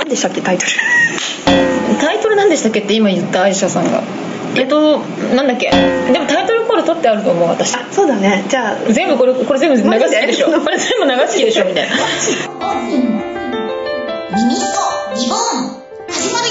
何でしたっけタイトルタイトル何でしたっけって今言ったアイシャさんがなんだっけ。でもタイトルコール取ってあると思う私。 あ、そうだね。じゃあ全部これ全部流す気でしょ。これ全部流す気でしょみたいな。 耳とリボン始まるよ。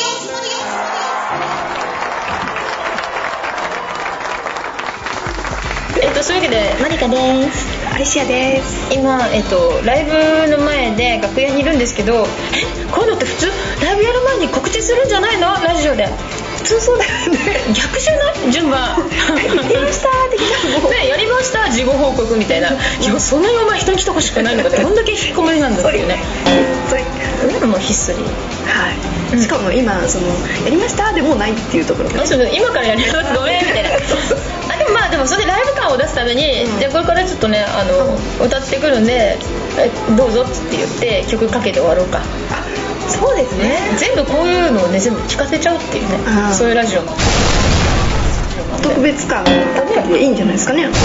そういうわけでマリカです。 アリシアです。 今ライブの前で楽屋にいるんですけど、こういうのって普通ライブやる前に告知するんじゃないの？ラジオで。 普通そうだよね。 逆じゃない順番。 やりました的なね、やりました事後報告みたいな。いやそんなにお前人に来てほしくないのか、どんだけ引きこもりなんだっていうね。もうひっそり。 はい。しかも今やりましたでもうないっていうところ。 今からやりますごめんみたいな。でもそれでライブ感を出すために、じゃあこれからちょっとね歌ってくるんでどうぞって言って曲かけて終わろうか。 そうですね。 全部こういうのをね全部聞かせちゃうっていうね。そういうラジオの特別感でいいんじゃないですかね。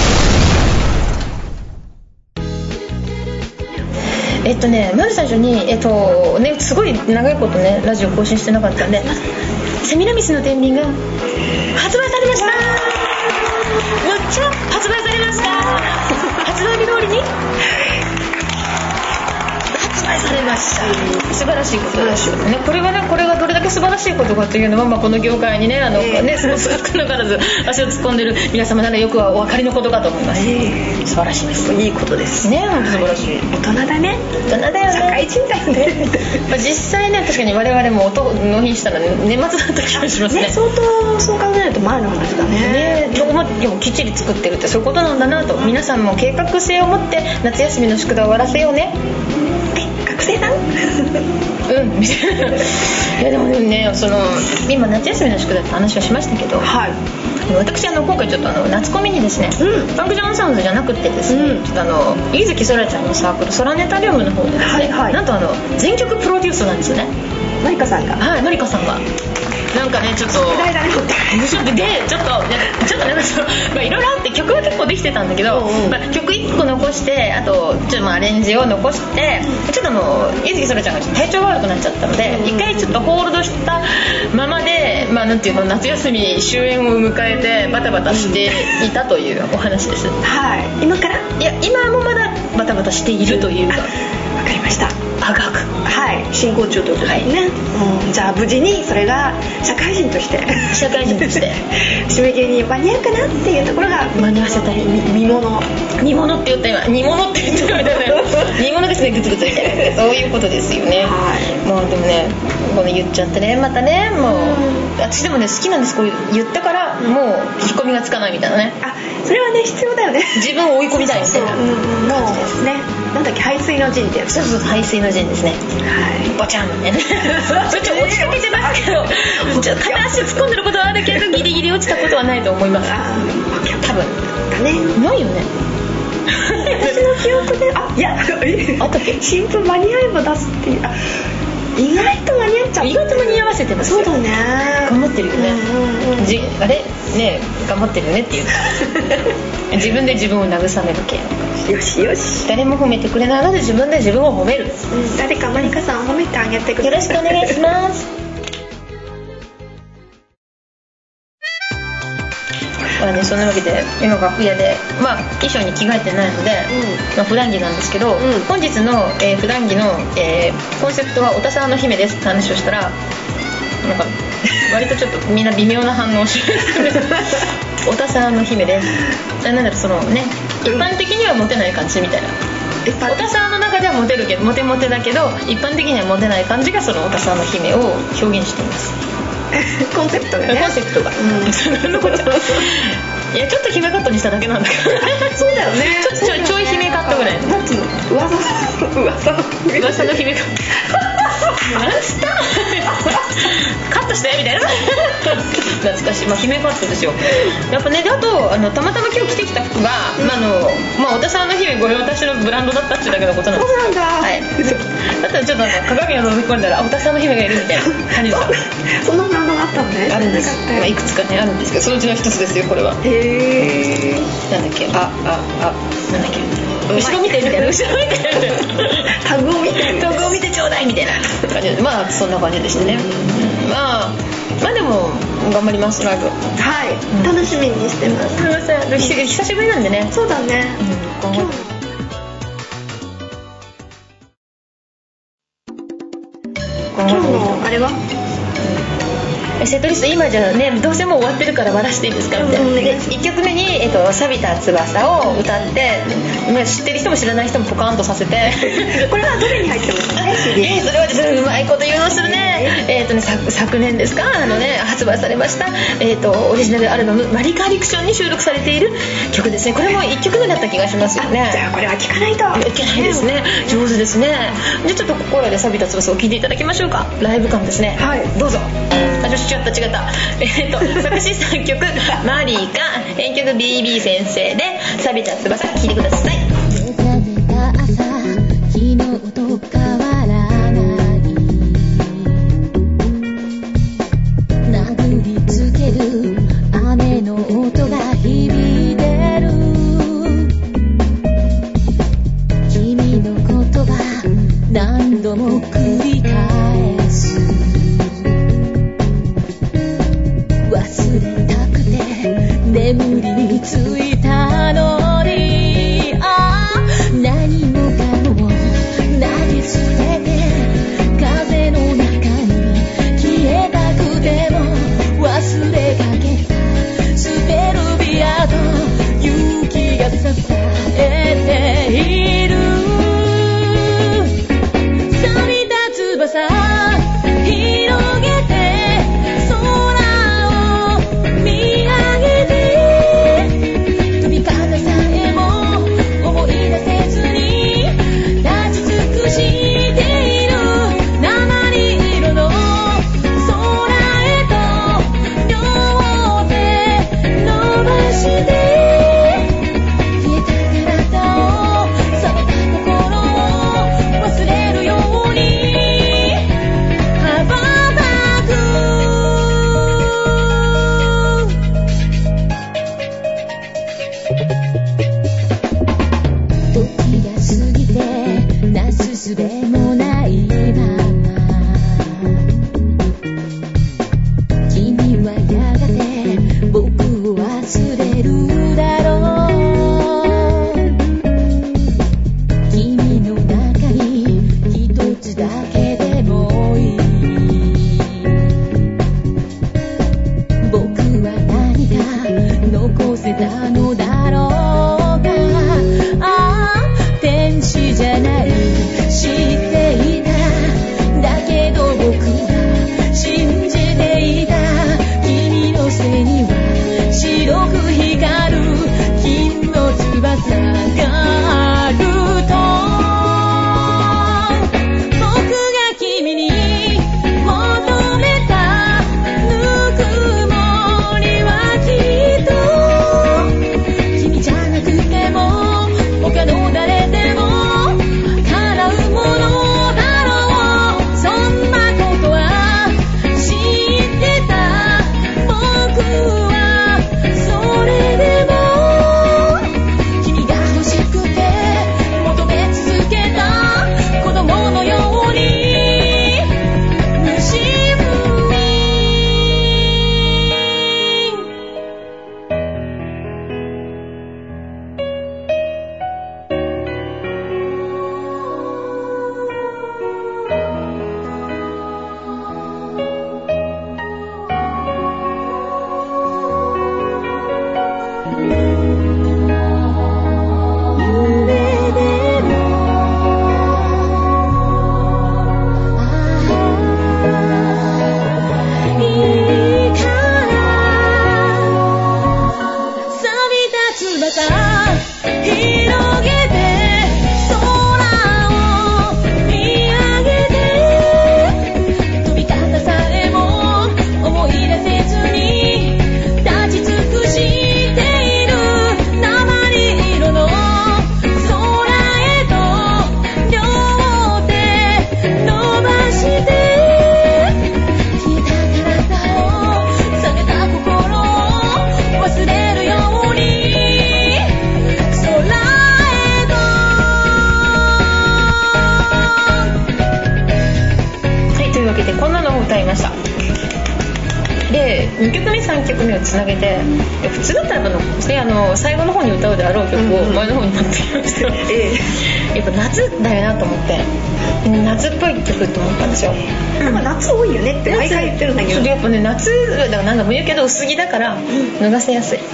まず最初にすごい長いことねラジオ更新してなかったんで、セミナミスの天秤が発売されました。むっちゃ発売されました。発売日通りに発売されました。素晴らしいことですよね。これがどれだけ素晴らしいことかというのは、この業界にね少なからず足を突っ込んでる皆様ならよくはお分かりのことかと思います。素晴らしいです。 いいことですね。本当素晴らしい。 大人だね。 大人だよね。 社会人だよね。 実際ね確かに我々も音納品したら年末だった気がしますね。 相当そう考えると前の話だね。 でもきっちり作ってるってそういうことなんだなと。皆さんも計画性を持って夏休みの宿題を終わらせようね。 学生さんうんみたいな。いやでもね今夏休みの宿題って話はしましたけど、はい、私今回ちょっと夏コミにですね、パンクジャムサウンズじゃなくてですね、ちょっと柚木そらちゃんのサークルソラネタリウムの方でですね、なんと全曲プロデュースなんですよね。 マリカさんが。 はい、マリカさんがなんかねちょっと偉大だね。 ちょっといろいろあって曲は結構できてたんだけど、曲1個残してあとちょっとアレンジを残してちょっと柚木そらちゃんが体調悪くなっちゃったので一回ちょっとホールドしたままでなんていうの夏休み終焉を迎えてバタバタしていたというお話です。 はい。今から？ いや今もまだバタバタしているというか。 わかりました。 はい、 進行中ということですね。じゃあ無事にそれが社会人として締め切りに間に合うかなっていうところが間に合わせたい見物って言った今煮物って言ったみたいな煮物ですね、グツグツみたいなそういうことですよね。もうでもねこれ言っちゃってねまたねもう私でもね好きなんです。こう言ったからもう引き込みがつかないみたいなね。 それはね必要だよね。 自分を追い込みたいみたいな感じですね。 なんだっけ排水の陣ってやつ。 そう排水の陣ですね。はいボチャンみたいなそっち落ちかけてますけど片足突っ込んでることはあるけどギリギリ落ちたことはないと思います。多分ないよね。 私の記憶であったっけ。 新聞間に合えば出すっていう意外と間に合っちゃう。 意外と間に合わせてますよ。 そうだね。 頑張ってるよね。あれね頑張ってるよねっていう自分で自分を慰める系。 よしよし。 誰も褒めてくれないので自分で自分を褒める。 誰かマリカさん褒めてあげてください。 よろしくお願いします。そんなわけで今楽屋で衣装に着替えてないので、普段着なんですけど、本日の、普段着の、コンセプトはおたさの姫ですって話をしたらなんか割とちょっとみんな微妙な反応をしておたさの姫ですなんだろう一般的にはモテない感じみたいな。おたさの中ではモテるけどモテモテだけど一般的にはモテない感じがそのおたさの姫を表現しています。 コンセプトがね。 コンセプトがいやちょっと姫カットにしただけなんだけどそうだよね。 ちょい姫カットぐらい。 なんつうの噂の姫カットなんつったカットしてみたいな懐かしい、姫カットですよやっぱね。であとたまたま今日着てきた服が、おたさの姫ご用達のブランドだったっていうだけのことなんです。 そうなんだ。 はいだったらちょっと鏡を覗き込んだらおたさの姫がいるみたいな感じですよそんなブランドがあったのね。 あるんです。いくつかねあるんですけどそのうちの一つですよこれは。 へえ。 なんだっけなんだっけ後ろ見てみたいな、後ろ見てタグを見てちょうだいみたいな感じで、まあそんな感じでしたね。まあでも頑張りますライブ。 はい、楽しみにしてます。 久しぶりなんでね。 そうだね。今日のあれはセットリスト今じゃね、どうせもう終わってるから割らしていいですかみたいな。で1曲目に、錆びた翼を歌って、知ってる人も知らない人もポカーンとさせてこれはどれに入ってますか？ それはですね、うまいこと言うのするね。昨年ですか、発売されました、オリジナルアルバムマリカーディクションに収録されている曲ですね。これも1曲目だった気がしますよね。 じゃあこれは聴かないといけないですね。上手ですね。じゃあちょっとここらで錆びた翼を聴いていただきましょうか。ライブ感ですね。 はい、 どうぞ。違った作詞作曲マリーか、編曲 BB 先生で錆びた翼聴いてください。 目覚めた朝、昨日と変わらない殴りつける雨の音が響いてる、君の言葉何度も繰り返す、忘れたくて眠りについたのに、 んなのを歌いました。で2曲目3曲目をつなげて、普通だったら最後の方に歌うであろう曲を前の方に持ってきましたよ、やっぱ夏だよなと思って、夏っぽい曲と思ったんですよ。 なんか夏多いよねって毎回言ってるんだけど、 やっぱね夏だから何度も言うけど薄着だから脱がせやすい、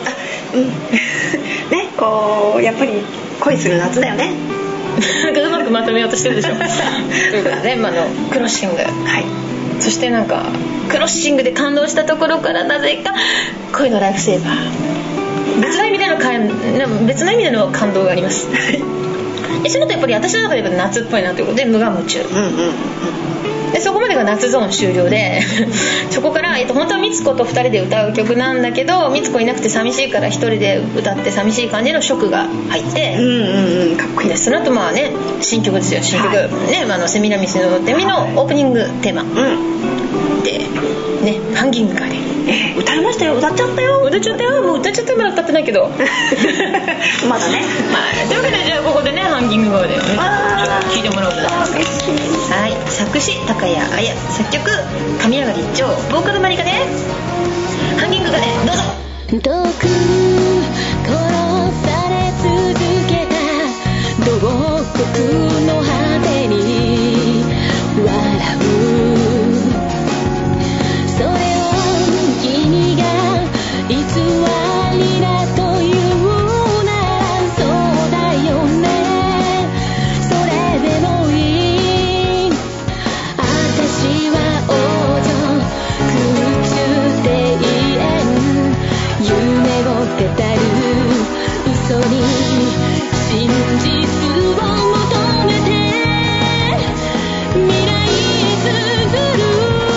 ね、こうやっぱり恋する夏だよねなんかうまくまとめようとしてるでしょということで、クロッシング、そしてなんかクロッシングで感動したところからなぜか恋のライフセーバー、別の意味での感動がありますそれとやっぱり私の中で夏っぽいなということで無我夢中、でそこまでが夏ゾーン終了でそこから、本当はみつこと2人で歌う曲なんだけど、みつこいなくて寂しいから1人で歌って寂しい感じの色が入って、 かっこいいです。 その後新曲ですよ、新曲、セミラミスのデミのオープニングテーマ、でね、ハンギングカーで歌いましたよ、歌っちゃったよ、 もう歌っちゃったまだ歌ってないけどまだね、 というわけでじゃあここでね、ハンギングカーでね聴いてもらおうと思います。はい、作詞高谷綾、作曲神上がり一丁、ボーカルマリカでハンギングカーでどうぞ。 遠く殺され続けた洞窟の果てに笑う、それを君が偽りだというならそうだよね、それでもいい、私は王女空中庭園、夢を語る嘘に真実を求めて未来作る、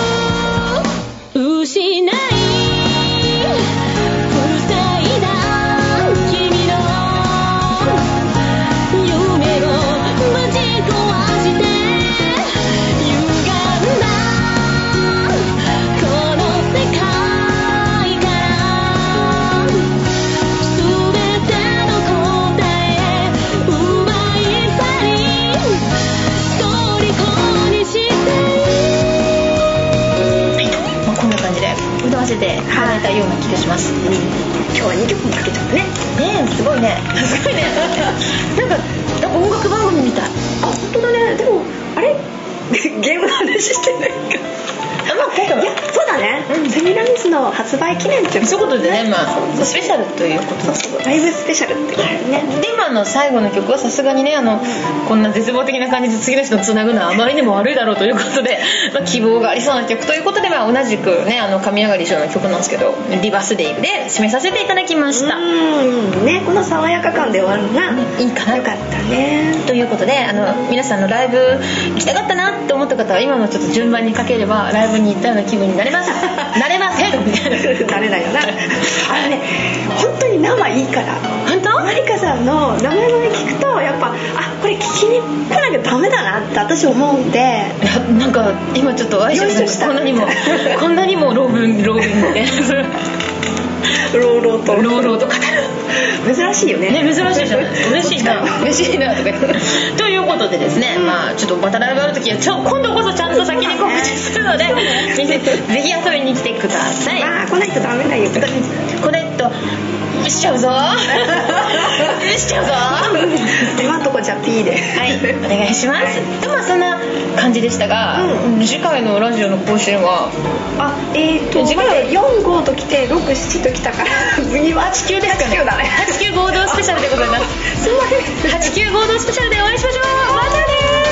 失い塞いだ君の夢をぶち壊して歪んだこの世界から全ての答え奪い去り虜にして、 こんな感じで歌わせていただいたような気がします、 今日は2曲もかけちゃったね。 すごいねなんか音楽番組みたい。 本当だね。でもあれゲームの話してないか。 今回はいやそうだね、セミラミスの発売記念というそういうことでね、スペシャルということです。 ライブスペシャルってことね。 で今の最後の曲はさすがにねこんな絶望的な感じで次の人とつなぐのはあまりにも悪いだろうということで、希望がありそうな曲ということで、同じくね神上がり賞の曲なんですけど、リバースデイで締めさせていただきました。 ね、この爽やか感で終わるのがいいかな。 よかったね。 ということで皆さんのライブ行きたかったなって思った方は今のちょっと順番にかければライブに行ったような気分になれますなれませんなれないよなあれね、本当に生いいから。 本当？ マリカさんの生声聞くとやっぱこれ聞きに来なきゃダメだなって私思うんで、 なんか今ちょっと愛情したこんなにもローブンみたいなローローと語る珍しいよね。 珍しいじゃない嬉しいなとか言ってということでですね、ちょっとまたライブある時は今度こそちゃんと先に告知するのでぜひ遊びに来てください。 来ないとダメだよ。 これしちゃうぞ今んとこじゃ P ではいお願いします。そんな感じでしたが、次回のラジオの更新は次回は4、5と来て6、7と来たから次は8、9ですかね。8、9だね。 8、9合同スペシャルでございます。 すいません。 8、9合同スペシャルでお会いしましょう。またね。